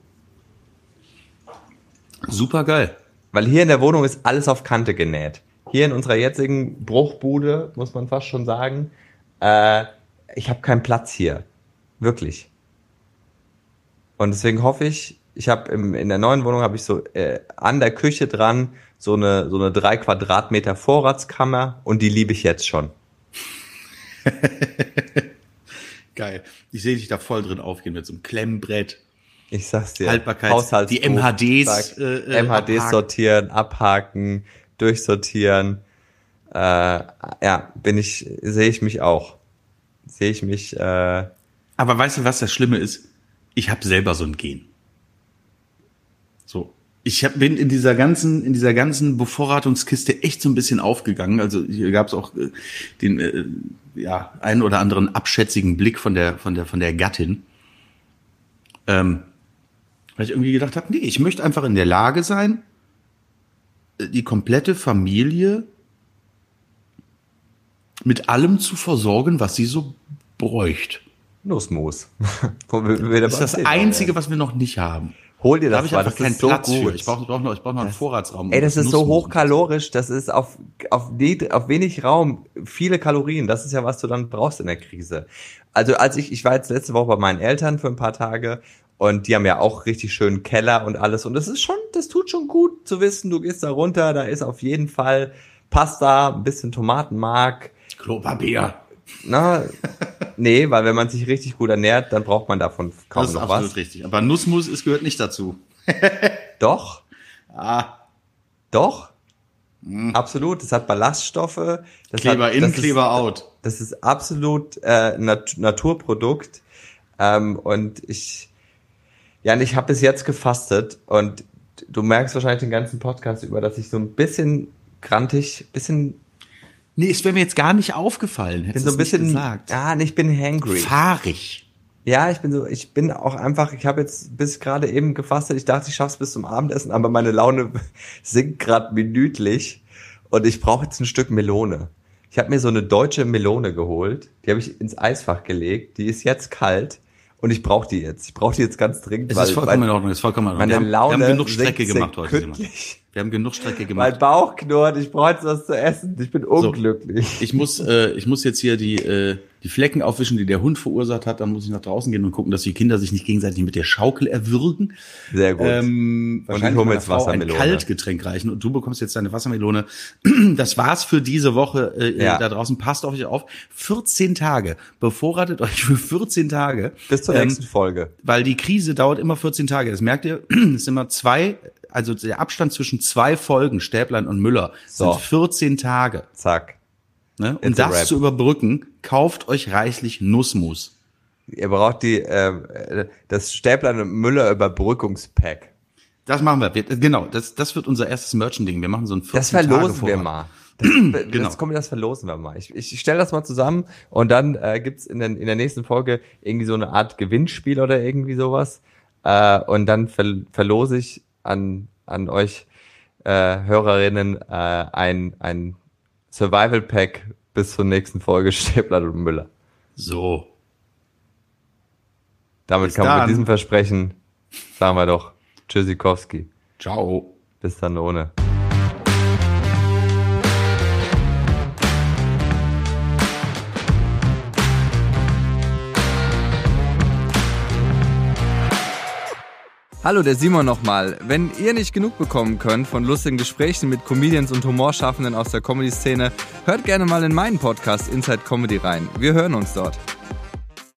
Super geil. Weil hier in der Wohnung ist alles auf Kante genäht. Hier in unserer jetzigen Bruchbude, muss man fast schon sagen, ich habe keinen Platz hier. Wirklich. Und deswegen hoffe ich habe in der neuen Wohnung habe ich so an der Küche dran so eine 3 Quadratmeter Vorratskammer und die liebe ich jetzt schon. Geil. Ich sehe dich da voll drin aufgehen mit so einem Klemmbrett. Ich sag's dir. Haltbarkeit. Die MHDs. MHDs sortieren, abhaken, durchsortieren. Sehe ich mich auch. Aber weißt du, was das Schlimme ist? Ich habe selber so ein Gen. So. Bin in dieser ganzen Bevorratungskiste echt so ein bisschen aufgegangen. Also hier gab es auch den einen oder anderen abschätzigen Blick von der Gattin. Weil ich irgendwie gedacht habe, nee, ich möchte einfach in der Lage sein, die komplette Familie mit allem zu versorgen, was sie so bräuchte. Nussmus. Das ist das Einzige, was wir noch nicht haben. Hol dir das, da habe ich einfach keinen Platz für. Ich brauche noch einen Vorratsraum. Ey, das ist so hochkalorisch, das ist auf wenig Raum viele Kalorien. Das ist ja, was du dann brauchst in der Krise. Also ich war jetzt letzte Woche bei meinen Eltern für ein paar Tage und die haben ja auch richtig schönen Keller und alles. Und das tut schon gut zu wissen, du gehst da runter, da ist auf jeden Fall Pasta, ein bisschen Tomatenmark. Klopapier. Na, nee, weil wenn man sich richtig gut ernährt, dann braucht man davon kaum noch was. Das ist absolut richtig. Aber Nussmus gehört nicht dazu. Doch. Doch. Absolut. Das hat Ballaststoffe. Kleber in, Kleber out. Das ist absolut Naturprodukt. Und ich habe bis jetzt gefastet und du merkst wahrscheinlich den ganzen Podcast über, dass ich so ein bisschen grantig, Nee, es wäre mir jetzt gar nicht aufgefallen. Ich bin so ein bisschen gesagt. Ich bin hangry. Fahrig. Ja, ich bin auch einfach, ich habe jetzt bis gerade eben gefastet, ich dachte, ich schaff's bis zum Abendessen, aber meine Laune sinkt gerade minütlich und ich brauche jetzt ein Stück Melone. Ich habe mir so eine deutsche Melone geholt, die habe ich ins Eisfach gelegt, die ist jetzt kalt und ich brauche die jetzt. Ich brauche die jetzt ganz dringend. Es ist vollkommen in Ordnung, Meine Laune wir haben genug Strecke gemacht heute. Wir haben genug Strecke gemacht. Mein Bauch knurrt, ich brauche jetzt was zu essen. Ich bin unglücklich. So, ich muss jetzt hier die Flecken aufwischen, die der Hund verursacht hat. Dann muss ich nach draußen gehen und gucken, dass die Kinder sich nicht gegenseitig mit der Schaukel erwürgen. Sehr gut. Und ich hole mir jetzt Wassermelone. Ein Kaltgetränk reichen und du bekommst jetzt deine Wassermelone. Das war's für diese Woche da draußen. Passt auf euch auf. 14 Tage. Bevorratet euch für 14 Tage. Bis zur nächsten Folge. Weil die Krise dauert immer 14 Tage. Das merkt ihr. Es sind immer also der Abstand zwischen 2 Folgen, Stäblein und Müller, sind 14 Tage. Zack. Ne? Um das zu überbrücken, kauft euch reichlich Nussmus. Ihr braucht das Stäblein und Müller Überbrückungspack. Das machen wir. Genau, das wird unser erstes Merchanding. Wir machen so ein 14 Das verlosen wir mal. Das verlosen wir mal. Ich stelle das mal zusammen und dann gibt's in der nächsten Folge irgendwie so eine Art Gewinnspiel oder irgendwie sowas. Und dann verlose ich an euch Hörerinnen ein Survival Pack bis zur nächsten Folge Stäblein und Müller. So. Damit kann man mit diesem Versprechen, sagen wir doch, Tschüssikowski. Ciao. Bis dann ohne. Hallo, der Simon nochmal. Wenn ihr nicht genug bekommen könnt von lustigen Gesprächen mit Comedians und Humorschaffenden aus der Comedy-Szene, hört gerne mal in meinen Podcast Inside Comedy rein. Wir hören uns dort.